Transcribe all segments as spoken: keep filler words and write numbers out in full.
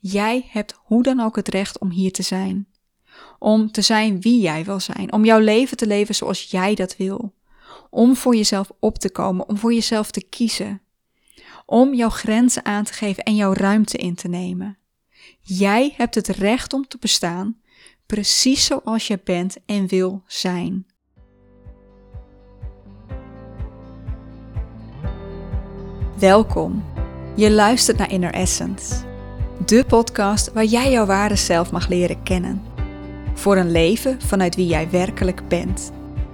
Jij hebt hoe dan ook het recht om hier te zijn. Om te zijn wie jij wil zijn. Om jouw leven te leven zoals jij dat wil. Om voor jezelf op te komen. Om voor jezelf te kiezen. Om jouw grenzen aan te geven en jouw ruimte in te nemen. Jij hebt het recht om te bestaan, precies zoals je bent en wil zijn. Welkom. Je luistert naar Inner Essence. De podcast waar jij jouw ware zelf mag leren kennen. Voor een leven vanuit wie jij werkelijk bent.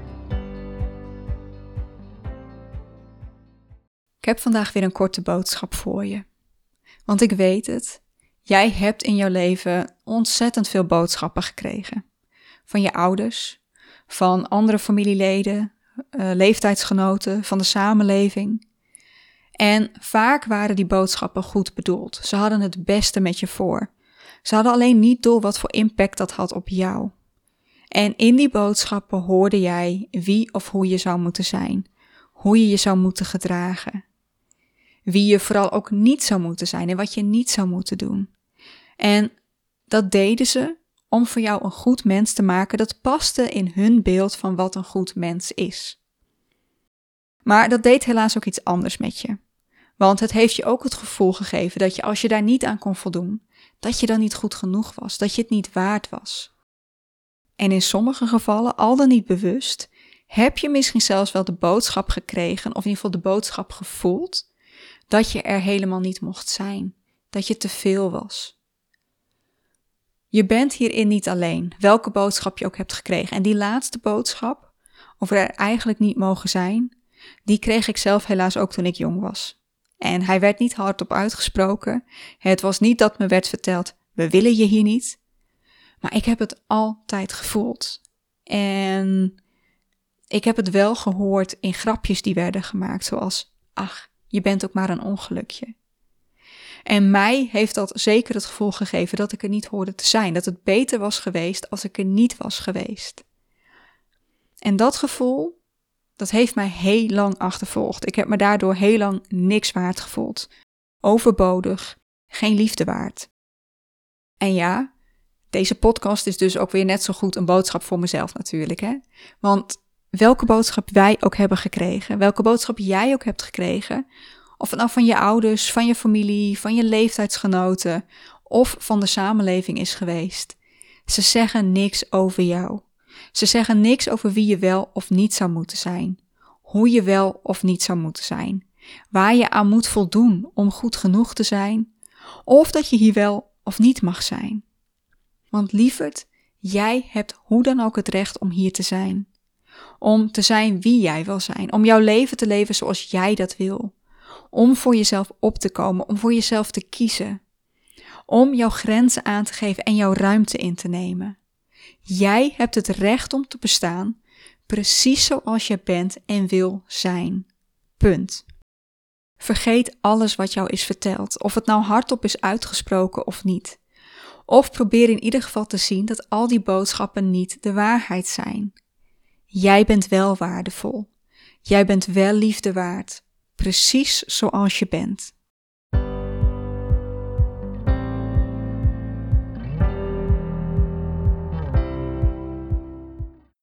Ik heb vandaag weer een korte boodschap voor je. Want ik weet het, jij hebt in jouw leven ontzettend veel boodschappen gekregen. Van je ouders, van andere familieleden, uh, leeftijdsgenoten, van de samenleving. En vaak waren die boodschappen goed bedoeld. Ze hadden het beste met je voor. Ze hadden alleen niet door wat voor impact dat had op jou. En in die boodschappen hoorde jij wie of hoe je zou moeten zijn. Hoe je je zou moeten gedragen. Wie je vooral ook niet zou moeten zijn en wat je niet zou moeten doen. En dat deden ze om voor jou een goed mens te maken dat paste in hun beeld van wat een goed mens is. Maar dat deed helaas ook iets anders met je. Want het heeft je ook het gevoel gegeven dat je als je daar niet aan kon voldoen, dat je dan niet goed genoeg was, dat je het niet waard was. En in sommige gevallen, al dan niet bewust, heb je misschien zelfs wel de boodschap gekregen, of in ieder geval de boodschap gevoeld, dat je er helemaal niet mocht zijn, dat je te veel was. Je bent hierin niet alleen, welke boodschap je ook hebt gekregen. En die laatste boodschap, over er eigenlijk niet mogen zijn, die kreeg ik zelf helaas ook toen ik jong was. En hij werd niet hardop uitgesproken. Het was niet dat me werd verteld, we willen je hier niet. Maar ik heb het altijd gevoeld. En ik heb het wel gehoord in grapjes die werden gemaakt, zoals, ach, je bent ook maar een ongelukje. En mij heeft dat zeker het gevoel gegeven dat ik er niet hoorde te zijn. Dat het beter was geweest als ik er niet was geweest. En dat gevoel, dat heeft mij heel lang achtervolgd. Ik heb me daardoor heel lang niks waard gevoeld. Overbodig, geen liefde waard. En ja, deze podcast is dus ook weer net zo goed een boodschap voor mezelf natuurlijk. Hè? Want welke boodschap wij ook hebben gekregen, welke boodschap jij ook hebt gekregen, of het nou van je ouders, van je familie, van je leeftijdsgenoten of van de samenleving is geweest. Ze zeggen niks over jou. Ze zeggen niks over wie je wel of niet zou moeten zijn. Hoe je wel of niet zou moeten zijn. Waar je aan moet voldoen om goed genoeg te zijn. Of dat je hier wel of niet mag zijn. Want lieverd, jij hebt hoe dan ook het recht om hier te zijn. Om te zijn wie jij wil zijn. Om jouw leven te leven zoals jij dat wil. Om voor jezelf op te komen. Om voor jezelf te kiezen. Om jouw grenzen aan te geven en jouw ruimte in te nemen. Jij hebt het recht om te bestaan, precies zoals je bent en wil zijn. Punt. Vergeet alles wat jou is verteld, of het nou hardop is uitgesproken of niet. Of probeer in ieder geval te zien dat al die boodschappen niet de waarheid zijn. Jij bent wel waardevol. Jij bent wel liefde waard, precies zoals je bent.